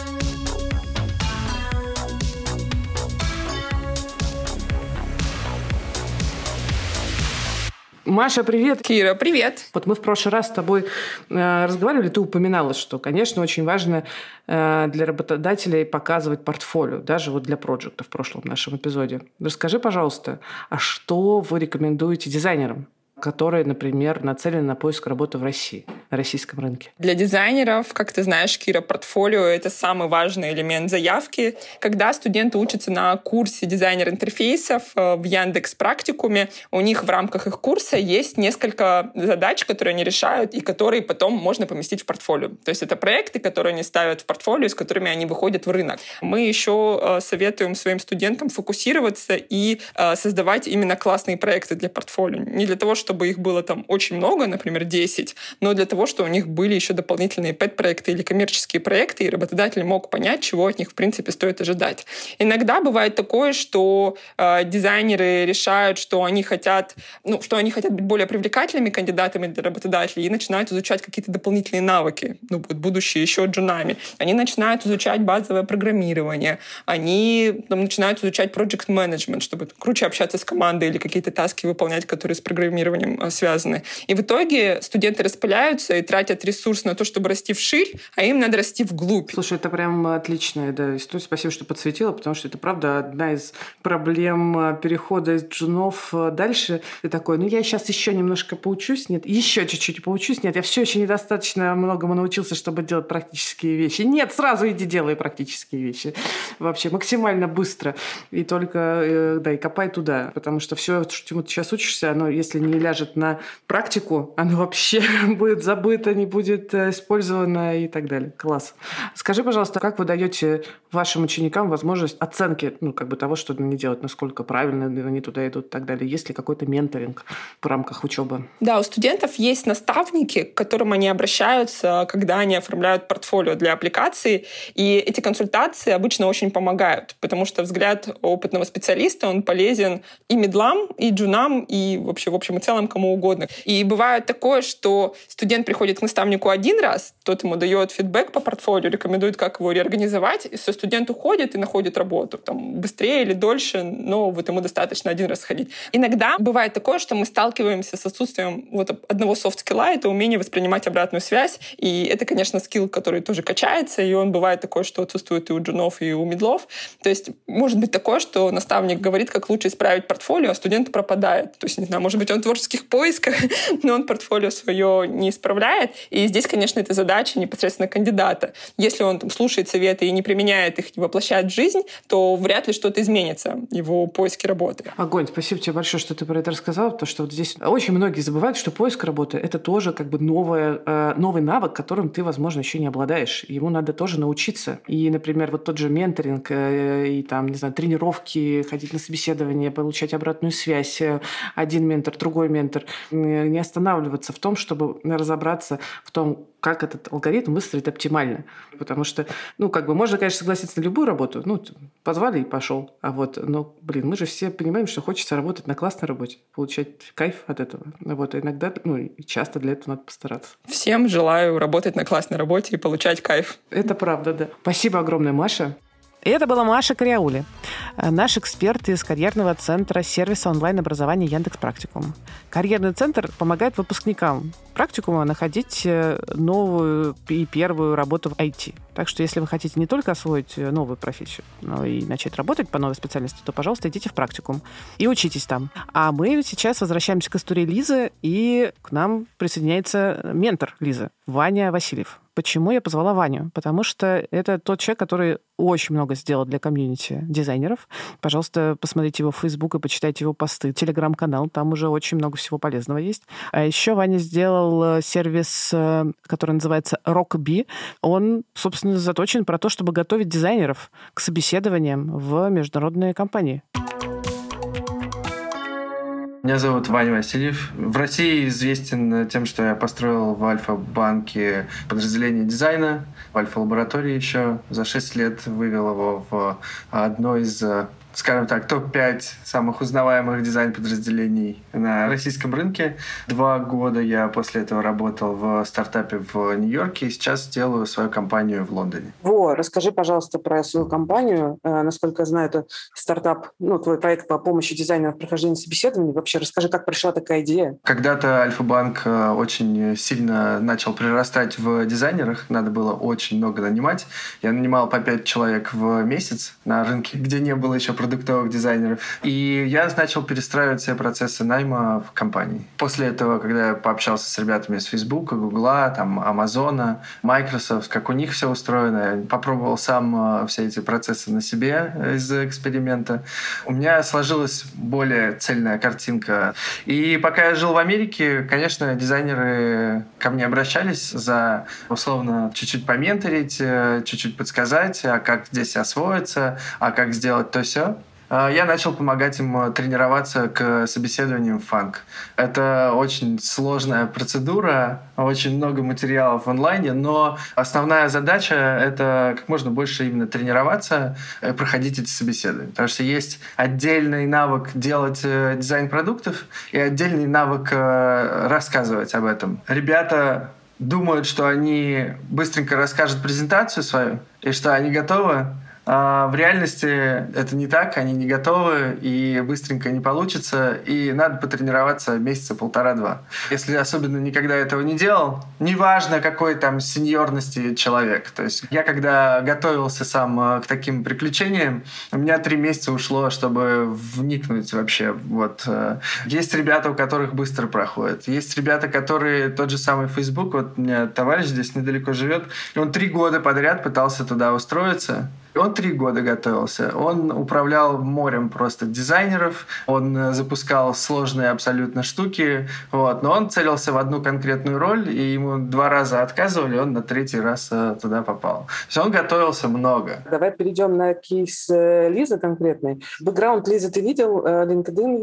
Маша, привет. Кира, привет. Вот мы в прошлый раз с тобой э, разговаривали, ты упоминала, что, конечно, очень важно э, для работодателей показывать портфолио, даже вот для проектов в прошлом нашем эпизоде. Расскажи, пожалуйста, а что вы рекомендуете дизайнерам, которые, например, нацелены на поиск работы в России? на российском рынке? Для дизайнеров, как ты знаешь, Кира, портфолио — это самый важный элемент заявки. Когда студенты учатся на курсе дизайнер интерфейсов в Яндекс.Практикуме, у них в рамках их курса есть несколько задач, которые они решают и которые потом можно поместить в портфолио. То есть это проекты, которые они ставят в портфолио, с которыми они выходят в рынок. Мы еще советуем своим студентам фокусироваться и создавать именно классные проекты для портфолио. Не для того, чтобы их было там очень много, например, десять, но для того, чтобы у них были еще дополнительные пэт-проекты или коммерческие проекты, и работодатель мог понять, чего от них, в принципе, стоит ожидать. Иногда бывает такое, что э, дизайнеры решают, что они хотят, ну, что они хотят быть более привлекательными кандидатами для работодателей и начинают изучать какие-то дополнительные навыки, ну, будущие еще джунами. Они начинают изучать базовое программирование, они там, начинают изучать project management, чтобы круче общаться с командой или какие-то таски выполнять, которые с программированием э, связаны. И в итоге студенты распыляются и тратят ресурс на то, чтобы расти вширь, а им надо расти вглубь. Слушай, это прям отличная да, история. Спасибо, что подсветила, потому что это, правда, одна из проблем перехода из джунов дальше. Ты такой, ну я сейчас еще немножко поучусь, нет, еще чуть-чуть поучусь, нет, я все еще недостаточно многому научился, чтобы делать практические вещи. Нет, сразу иди делай практические вещи. Вообще максимально быстро. И только, да, и копай туда, потому что все, чему ты сейчас учишься, оно, если не ляжет на практику, оно вообще будет забыто, не будет использовано и так далее. Класс. Скажи, пожалуйста, как вы даете вашим ученикам возможность оценки, ну, как бы того, что они делают, насколько правильно они туда идут и так далее? Есть ли какой-то менторинг в рамках учебы? Да, у студентов есть наставники, к которым они обращаются, когда они оформляют портфолио для аппликации, и эти консультации обычно очень помогают, потому что взгляд опытного специалиста, он полезен и мидлам, и джунам, и вообще в общем и целом кому угодно. И бывает такое, что студент приходит к наставнику один раз, тот ему дает фидбэк по портфолио, рекомендует, как его реорганизовать, и студент уходит и находит работу. Там, быстрее или дольше, но вот ему достаточно один раз сходить. Иногда бывает такое, что мы сталкиваемся с отсутствием вот одного софт-скилла, это умение воспринимать обратную связь, и это, конечно, скилл, который тоже качается, и он бывает такой, что отсутствует и у джунов, и у мидлов. То есть может быть такое, что наставник говорит, как лучше исправить портфолио, а студент пропадает. То есть, не знаю, может быть, он в творческих поисках, но он портфолио свое не исправляет. И здесь, конечно, это задача непосредственно кандидата. Если он там слушает советы и не применяет их, не воплощает в жизнь, то вряд ли что-то изменится в его поиске работы. Огонь, спасибо тебе большое, что ты про это рассказала, потому что вот здесь очень многие забывают, что поиск работы — это тоже как бы новое, э, новый навык, которым ты, возможно, еще не обладаешь. Ему надо тоже научиться. И, например, вот тот же менторинг э, и там, не знаю, тренировки, ходить на собеседование, получать обратную связь, один ментор, другой ментор, не останавливаться в том, чтобы разобраться в том, как этот алгоритм выстроить оптимально. Потому что, ну, как бы, можно, конечно, согласиться на любую работу. Ну, позвали и пошел. А вот, ну, блин, мы же все понимаем, что хочется работать на классной работе, получать кайф от этого. Вот, а иногда, ну, и часто для этого надо постараться. Всем желаю работать на классной работе и получать кайф. Это правда, да. Спасибо огромное, Маша. И это была Маша Кариаули, наш эксперт из карьерного центра сервиса онлайн-образования Яндекс.Практикум. Карьерный центр помогает выпускникам практикума находить новую и первую работу в ай ти. Так что если вы хотите не только освоить новую профессию, но и начать работать по новой специальности, то, пожалуйста, идите в практикум и учитесь там. А мы сейчас возвращаемся к истории Лизы, и к нам присоединяется ментор Лизы, Ваня Васильев. Почему я позвала Ваню? Потому что это тот человек, который очень много сделал для комьюнити дизайнеров. Пожалуйста, посмотрите его в Facebook и почитайте его посты. Телеграм-канал, там уже очень много всего полезного есть. А еще Ваня сделал сервис, который называется Rockbee. Он, собственно, заточен про то, чтобы готовить дизайнеров к собеседованиям в международные компании. Меня зовут Ваня Васильев. В России известен тем, что я построил в Альфа-банке подразделение дизайна, в Альфа-лаборатории еще. За шесть лет вывел его в одно из, скажем так, топ пять самых узнаваемых дизайн-подразделений на российском рынке. Два года я после этого работал в стартапе в Нью-Йорке и сейчас делаю свою компанию в Лондоне. Во, расскажи, пожалуйста, про свою компанию. Насколько я знаю, это стартап, ну, твой проект по помощи дизайнеров в прохождении собеседований. Вообще расскажи, как пришла такая идея? Когда-то Альфа-банк очень сильно начал прирастать в дизайнерах. Надо было очень много нанимать. Я нанимал по пять человек в месяц на рынке, где не было еще продуктовых дизайнеров. И я начал перестраивать все процессы найма в компании. После этого, когда я пообщался с ребятами с Facebook, Google, там, Amazon, Microsoft, как у них все устроено, я попробовал сам все эти процессы на себе из эксперимента. У меня сложилась более цельная картинка. И пока я жил в Америке, конечно, дизайнеры ко мне обращались за, условно, чуть-чуть поменторить, чуть-чуть подсказать, а как здесь освоиться, а как сделать то-сё. Я начал помогать им тренироваться к собеседованиям в Фанк. Это очень сложная процедура, очень много материалов в онлайне, но основная задача — это как можно больше именно тренироваться, проходить эти собеседования. Потому что есть отдельный навык делать дизайн продуктов и отдельный навык рассказывать об этом. Ребята думают, что они быстренько расскажут презентацию свою и что они готовы. А в реальности это не так, они не готовы, и быстренько не получится, и надо потренироваться месяца полтора-два. Если особенно никогда этого не делал, неважно, какой там сеньорности человек. То есть я, когда готовился сам к таким приключениям, у меня три месяца ушло, чтобы вникнуть вообще. Вот. Есть ребята, у которых быстро проходит. Есть ребята, которые тот же самый Facebook, вот у меня товарищ здесь недалеко живет, он три года подряд пытался туда устроиться. Он три года готовился. Он управлял морем просто дизайнеров. Он запускал сложные абсолютно штуки. Вот. Но он целился в одну конкретную роль, и ему два раза отказывали, он на третий раз туда попал. То есть он готовился много. Давай перейдем на кейс Лизы конкретный. Бэкграунд Лизы ты видел, LinkedIn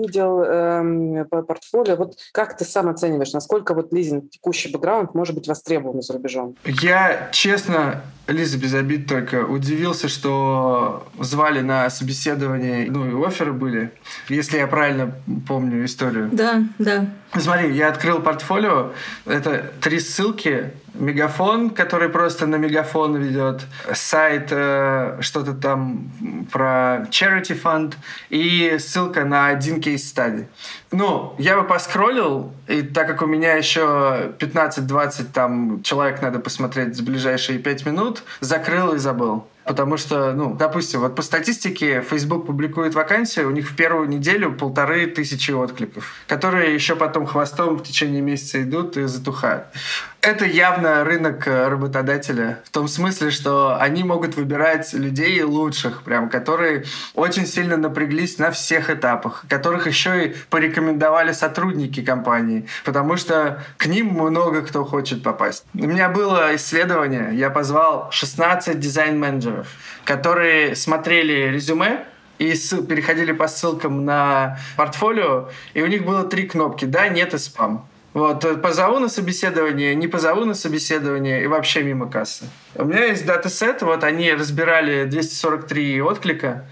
видел, портфолио. Вот как ты сам оцениваешь, насколько вот Лизин текущий бэкграунд может быть востребован за рубежом? Я, честно, Лиза, без обид только, удивился, что звали на собеседование, ну и офферы были, если я правильно помню историю. Да, да. Смотри, я открыл портфолио, это три ссылки, Мегафон, который просто на Мегафон ведет, сайт э, что-то там про charity fund и ссылка на один кейс-стади. Ну, я бы поскроллил, и так как у меня еще пятнадцать-двадцать там человек надо посмотреть за ближайшие пять минут, закрыл и забыл. Потому что, ну, допустим, вот по статистике Facebook публикует вакансии, у них в первую неделю полторы тысячи откликов, которые еще потом хвостом в течение месяца идут и затухают. Это явно рынок работодателя в том смысле, что они могут выбирать людей лучших, прям, которые очень сильно напряглись на всех этапах, которых еще и порекомендовали сотрудники компании, потому что к ним много кто хочет попасть. У меня было исследование, я позвал шестнадцать дизайн-менеджеров, которые смотрели резюме и переходили по ссылкам на портфолио, и у них было три кнопки «да», «нет» и «спам». Вот, позову на собеседование, не позову на собеседование и вообще мимо кассы. У меня есть датасет, вот они разбирали двести сорок три отклика,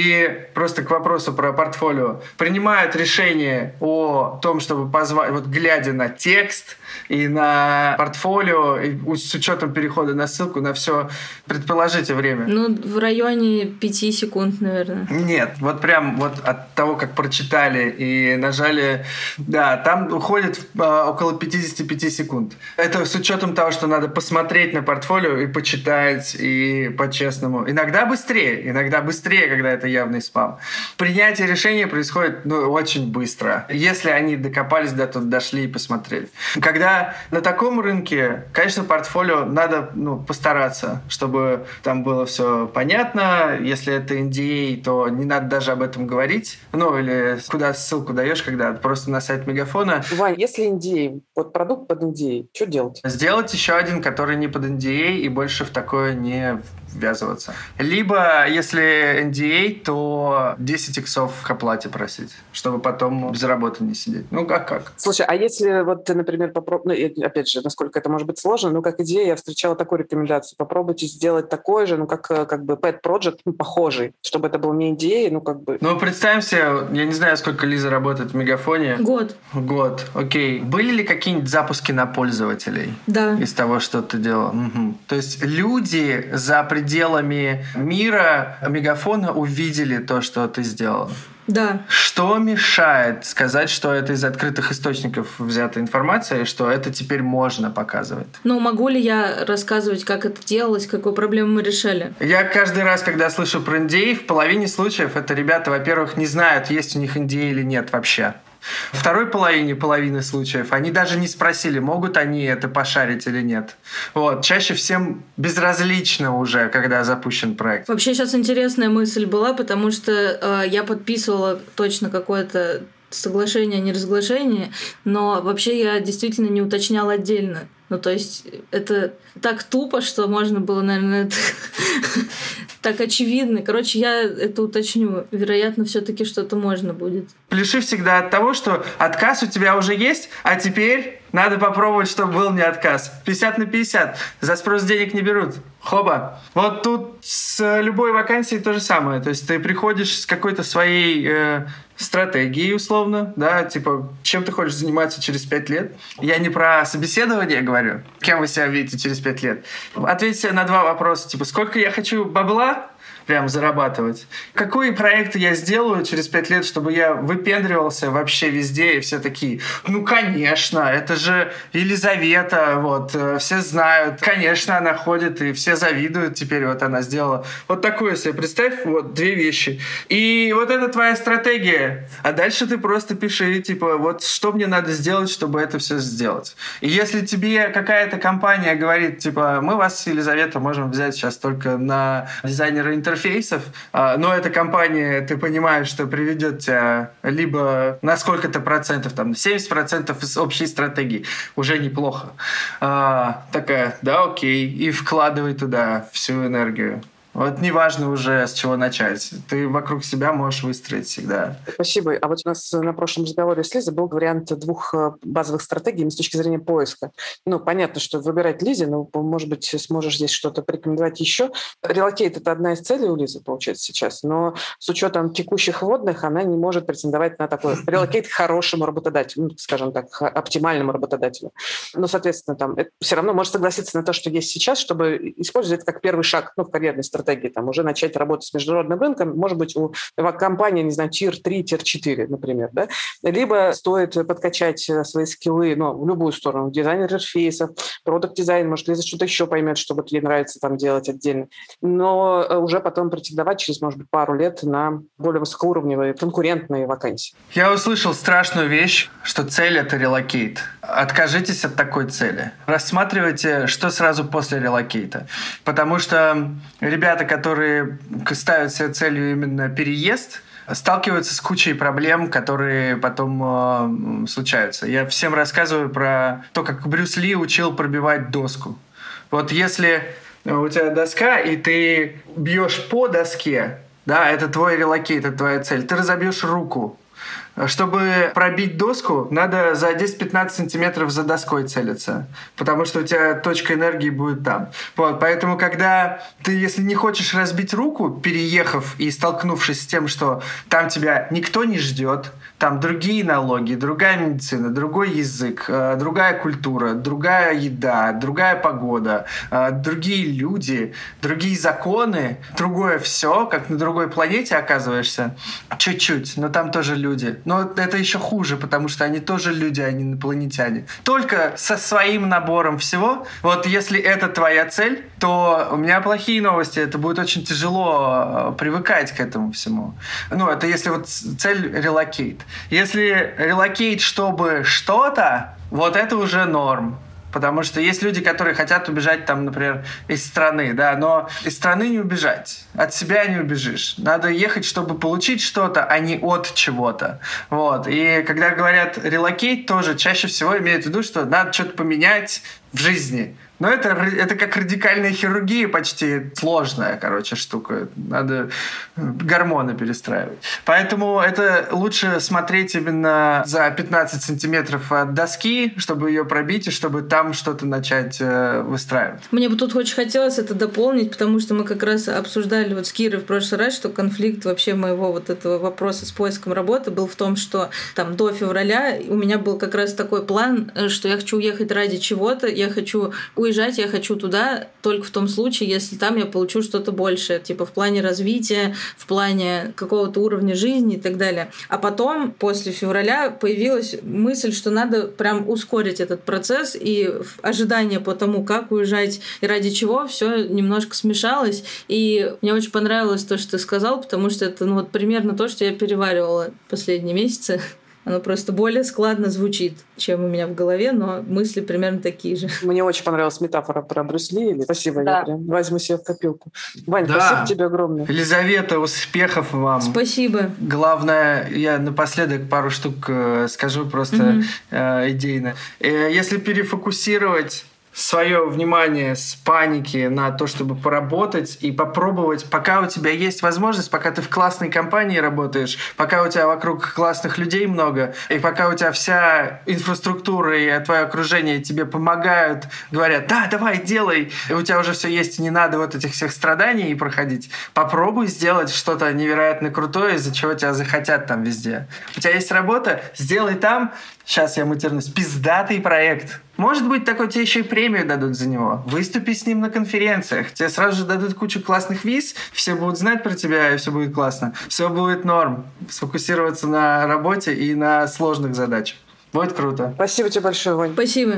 и просто к вопросу про портфолио принимают решение о том, чтобы позвать, вот глядя на текст и на портфолио, и с учетом перехода на ссылку, на все, предположите время. Ну, в районе пяти секунд, наверное. Нет, вот прям вот от того, как прочитали и нажали, да, там уходит около пятьдесят пять секунд. Это с учетом того, что надо посмотреть на портфолио и почитать, и по-честному. Иногда быстрее, иногда быстрее, когда это явный спам. Принятие решения происходит, ну, очень быстро, если они докопались до тут, дошли и посмотрели. Когда на таком рынке, конечно, портфолио надо, ну, постараться, чтобы там было все понятно. Если это эн ди эй, то не надо даже об этом говорить. Ну, или куда ссылку даешь, когда просто на сайт Мегафона. Вань, если эн ди эй, вот продукт под эн ди эй, что делать? Сделать еще один, который не под эн ди эй, и больше в такое не ввязываться. Либо, если эн ди эй, то десять иксов к оплате просить, чтобы потом без работы не сидеть. Ну, как как? Слушай, а если вот ты, например, попробуешь, ну, опять же, насколько это может быть сложно, но как идея я встречала такую рекомендацию. Попробуйте сделать такой же, ну, как, как бы pet project, ну, похожий, чтобы это был не эн ди эй, ну, как бы... Ну, представим себе, я не знаю, сколько Лиза работает в Мегафоне. Год. Год, окей. Были ли какие-нибудь запуски на пользователей? Да. Из того, что ты делал? Угу. То есть люди за пределами мира Мегафона увидели то, что ты сделал? Да. Что мешает сказать, что это из открытых источников взята информация, и что это теперь можно показывать? Ну, могу ли я рассказывать, как это делалось, какую проблему мы решали? Я каждый раз, когда слышу про эн ди эй, в половине случаев это ребята, во-первых, не знают, есть у них эн ди эй или нет вообще. В второй половине, половины случаев они даже не спросили, могут они это пошарить или нет. Вот. Чаще всем безразлично уже, когда запущен проект. Вообще сейчас интересная мысль была, потому что э, я подписывала точно какое-то соглашение о неразглашении, но вообще я действительно не уточняла отдельно. Ну, то есть это так тупо, что можно было, наверное, это так очевидно. Короче, я это уточню. Вероятно, все-таки что-то можно будет. Пляши всегда от того, что отказ у тебя уже есть, а теперь надо попробовать, чтобы был не отказ. пятьдесят на пятьдесят. За спрос денег не берут. Хоба. Вот тут с любой вакансией то же самое. То есть ты приходишь с какой-то своей э, стратегией, условно, да, типа, чем ты хочешь заниматься через пять лет. Я не про собеседование говорю. Кем вы себя видите через пять лет? Ответьте на два вопроса. Типа, сколько я хочу бабла прям зарабатывать? Какие проекты я сделаю через пять лет, чтобы я выпендривался вообще везде, и все такие, ну, конечно, это же Елизавета, вот, все знают, конечно, она ходит, и все завидуют теперь, вот она сделала. Вот такое себе представь, вот, две вещи. И вот это твоя стратегия. А дальше ты просто пиши, типа, вот, что мне надо сделать, чтобы это все сделать. И если тебе какая-то компания говорит, типа, мы вас, Елизавета, можем взять сейчас только на дизайнера интерфейса, интерфейсов, но эта компания, ты понимаешь, что приведет тебя либо на сколько-то процентов, там, семьдесят процентов из общей стратегии, уже неплохо. А, такая, да, окей, и вкладывай туда всю энергию. Вот неважно уже, с чего начать. Ты вокруг себя можешь выстроить всегда. Спасибо. А вот у нас на прошлом разговоре с Лизой был вариант двух базовых стратегий с точки зрения поиска. Ну, понятно, что выбирать Лизе, но, может быть, сможешь здесь что-то порекомендовать еще. Релокейт – это одна из целей у Лизы, получается, сейчас, но с учетом текущих вводных она не может претендовать на такой релокейт к хорошему работодателю, ну, скажем так, оптимальному работодателю. Но, соответственно, там все равно может согласиться на то, что есть сейчас, чтобы использовать это как первый шаг, ну, в карьерной стратегии. Там, уже начать работать с международным рынком, может быть, у компании, не знаю, тир три, тир четыре, например, да? Либо стоит подкачать свои скиллы, ну, в любую сторону, дизайн интерфейсов, продакт-дизайн, может, Лиза что-то еще поймет, что вот ей нравится там делать отдельно, но уже потом претендовать через, может быть, пару лет на более высокоуровневые конкурентные вакансии. Я услышал страшную вещь, что цель – это релокейт. Откажитесь от такой цели. Рассматривайте, что сразу после релокейта. Потому что ребята, которые ставят себе целью именно переезд, сталкиваются с кучей проблем, которые потом э, случаются. Я всем рассказываю про то, как Брюс Ли учил пробивать доску. Вот если у тебя доска, и ты бьешь по доске, да, это твой релокейт, это твоя цель, ты разобьешь руку. Чтобы пробить доску, надо за десять-пятнадцать сантиметров за доской целиться, потому что у тебя точка энергии будет там. Вот, поэтому, когда ты, если не хочешь разбить руку, переехав и столкнувшись с тем, что там тебя никто не ждет, там другие налоги, другая медицина, другой язык, другая культура, другая еда, другая погода, другие люди, другие законы, другое все, как на другой планете оказываешься, чуть-чуть, но там тоже люди. Но это еще хуже, потому что они тоже люди, а не инопланетяне. Только со своим набором всего. Вот если это твоя цель, то у меня плохие новости. Это будет очень тяжело привыкать к этому всему. Ну, это если вот цель релокейт. Если релокейт, чтобы что-то, вот это уже норм. Потому что есть люди, которые хотят убежать, там, например, из страны, да, но из страны не убежать, от себя не убежишь. Надо ехать, чтобы получить что-то, а не от чего-то. Вот. И когда говорят релокейт, тоже чаще всего имеют в виду, что надо что-то поменять в жизни. Но это, это как радикальная хирургия, почти сложная, короче, штука. Надо гормоны перестраивать. Поэтому это лучше смотреть именно за пятнадцать сантиметров от доски, чтобы ее пробить, и чтобы там что-то начать э, выстраивать. Мне бы тут очень хотелось это дополнить, потому что мы как раз обсуждали вот с Кирой в прошлый раз, что конфликт вообще моего вот этого вопроса с поиском работы был в том, что там до февраля у меня был как раз такой план, что я хочу уехать ради чего-то. Я я хочу уезжать, я хочу туда только в том случае, если там я получу что-то большее, типа в плане развития, в плане какого-то уровня жизни и так далее. А потом, после февраля, появилась мысль, что надо прям ускорить этот процесс, и ожидание по тому, как уезжать и ради чего, все немножко смешалось. И мне очень понравилось то, что ты сказал, потому что это ну, вот примерно то, что я переваривала последние месяцы. Оно просто более складно звучит, чем у меня в голове, но мысли примерно такие же. Мне очень понравилась метафора про Брюс Ли. Спасибо, да. Я прям возьму себе в копилку. Вань, да. Спасибо тебе огромное. Елизавета, успехов вам. Спасибо. Главное, я напоследок пару штук скажу просто mm-hmm. идейно. Если перефокусировать свое внимание с паники на то, чтобы поработать и попробовать, пока у тебя есть возможность, пока ты в классной компании работаешь, пока у тебя вокруг классных людей много, и пока у тебя вся инфраструктура и твое окружение тебе помогают, говорят, да, давай, делай, и у тебя уже все есть, и не надо вот этих всех страданий проходить, попробуй сделать что-то невероятно крутое, из-за чего тебя захотят там везде. У тебя есть работа, сделай там, сейчас я матернусь, пиздатый проект. Может быть, такой тебе еще и премию дадут за него. Выступи с ним на конференциях. Тебе сразу же дадут кучу классных виз, все будут знать про тебя, и все будет классно. Все будет норм. Сфокусироваться на работе и на сложных задачах. Будет круто. Спасибо тебе большое, Вань. Спасибо.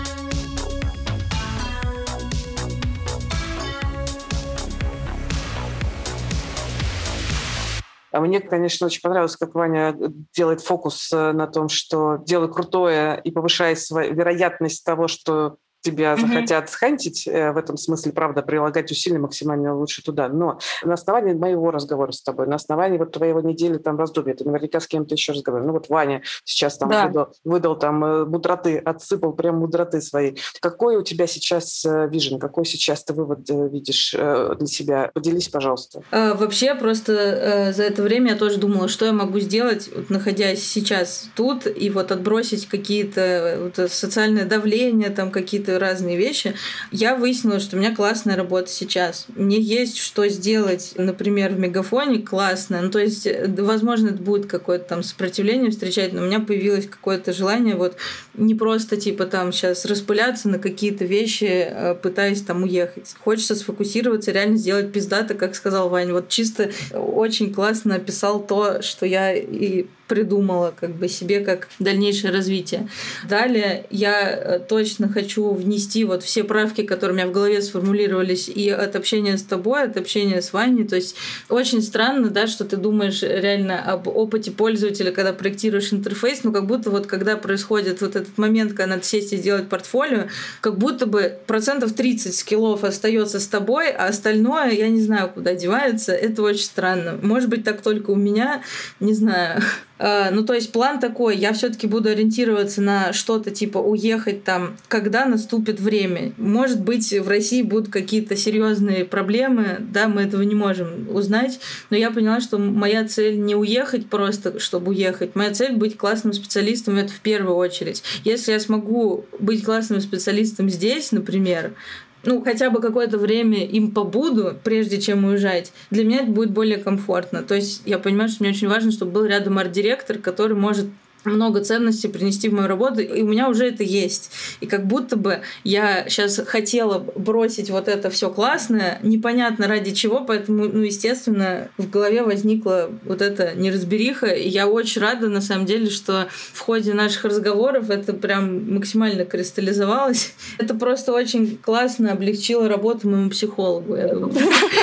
А мне, конечно, очень понравилось, как Ваня делает фокус на том, что делай крутое и повышай свою вероятность того, что тебя mm-hmm. захотят схантить, в этом смысле, правда, прилагать усилия максимально лучше туда. Но на основании моего разговора с тобой, на основании вот твоего недели там раздумья, ты наверняка с кем-то еще разговаривал. Ну вот Ваня сейчас там да. выдал, выдал там мудроты, отсыпал прям мудроты своей. Какой у тебя сейчас вижен, какой сейчас ты вывод видишь для себя? Поделись, пожалуйста. А, вообще, просто а, за это время я тоже думала, что я могу сделать, вот, находясь сейчас тут, и вот отбросить какие-то вот, социальное давление, там какие-то разные вещи. Я выяснила, что у меня классная работа сейчас. Мне есть что сделать, например, в Мегафоне классно. Ну, то есть, возможно, это будет какое-то там сопротивление встречать, но у меня появилось какое-то желание вот не просто типа там сейчас распыляться на какие-то вещи, пытаясь там уехать. Хочется сфокусироваться, реально сделать пиздато, как сказал Ваня. Вот чисто очень классно описал то, что я и придумала как бы себе как дальнейшее развитие. Далее я точно хочу внести вот все правки, которые у меня в голове сформулировались и от общения с тобой, от общения с Ваней. То есть очень странно, да, что ты думаешь реально об опыте пользователя, когда проектируешь интерфейс, но как будто вот когда происходит вот этот момент, когда надо сесть и сделать портфолио, как будто бы процентов тридцать скиллов остается с тобой, а остальное, я не знаю, куда девается. Это очень странно. Может быть, так только у меня, не знаю. Ну, то есть план такой, я все-таки буду ориентироваться на что-то типа уехать там, когда наступит время. Может быть, в России будут какие-то серьезные проблемы, да, мы этого не можем узнать, но я поняла, что моя цель не уехать просто, чтобы уехать. Моя цель быть классным специалистом, это в первую очередь. Если я смогу быть классным специалистом здесь, например, ну, хотя бы какое-то время им побуду, прежде чем уезжать, для меня это будет более комфортно. То есть я понимаю, что мне очень важно, чтобы был рядом арт-директор, который может много ценностей принести в мою работу, и у меня уже это есть. И как будто бы я сейчас хотела бросить вот это все классное, непонятно ради чего, поэтому, ну, естественно, в голове возникла вот эта неразбериха, и я очень рада, на самом деле, что в ходе наших разговоров это прям максимально кристаллизовалось. Это просто очень классно облегчило работу моему психологу, я думаю.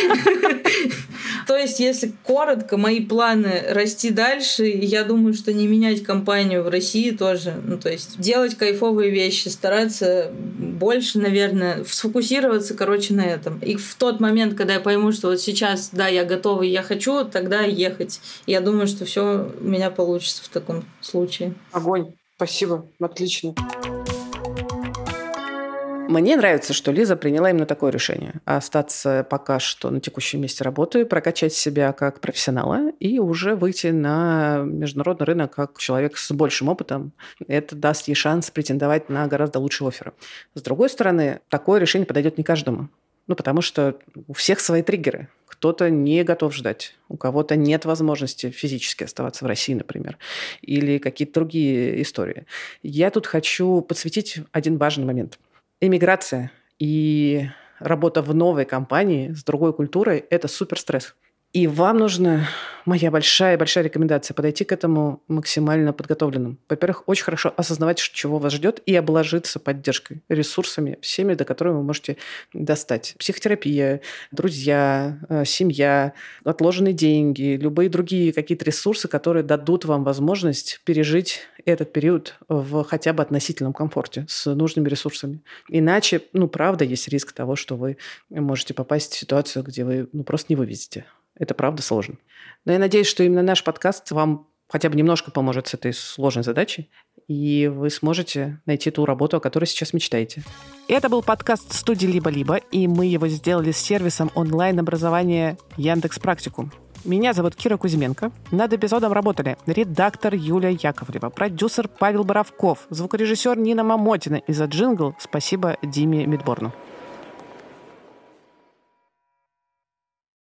То есть, если коротко, мои планы расти дальше, и я думаю, что не менять компанию в России тоже. Ну, то есть, делать кайфовые вещи, стараться больше, наверное, сфокусироваться, короче, на этом. И в тот момент, когда я пойму, что вот сейчас, да, я готова и я хочу, тогда ехать. Я думаю, что все у меня получится в таком случае. Огонь. Спасибо. Отлично. Мне нравится, что Лиза приняла именно такое решение. Остаться пока что на текущем месте работы, прокачать себя как профессионала и уже выйти на международный рынок как человек с большим опытом. Это даст ей шанс претендовать на гораздо лучшие офферы. С другой стороны, такое решение подойдет не каждому. Ну, потому что у всех свои триггеры. Кто-то не готов ждать, у кого-то нет возможности физически оставаться в России, например, или какие-то другие истории. Я тут хочу подсветить один важный момент. эмиграция и работа в новой компании с другой культурой – это суперстресс. И вам нужно, моя большая-большая рекомендация, подойти к этому максимально подготовленным. Во-первых, очень хорошо осознавать, чего вас ждет, и обложиться поддержкой, ресурсами, всеми, до которых вы можете достать. Психотерапия, друзья, семья, отложенные деньги, любые другие какие-то ресурсы, которые дадут вам возможность пережить этот период в хотя бы относительном комфорте с нужными ресурсами. Иначе, ну, правда, есть риск того, что вы можете попасть в ситуацию, где вы ну, просто не вывезете. Это правда сложно. Но я надеюсь, что именно наш подкаст вам хотя бы немножко поможет с этой сложной задачей, и вы сможете найти ту работу, о которой сейчас мечтаете. Это был подкаст студии «Либо-либо», и мы его сделали с сервисом онлайн-образования Яндекс.Практикум. Меня зовут Кира Кузьменко. Над эпизодом работали редактор Юлия Яковлева, продюсер Павел Боровков, звукорежиссер Нина Мамотина и за джингл спасибо Диме Мидборну.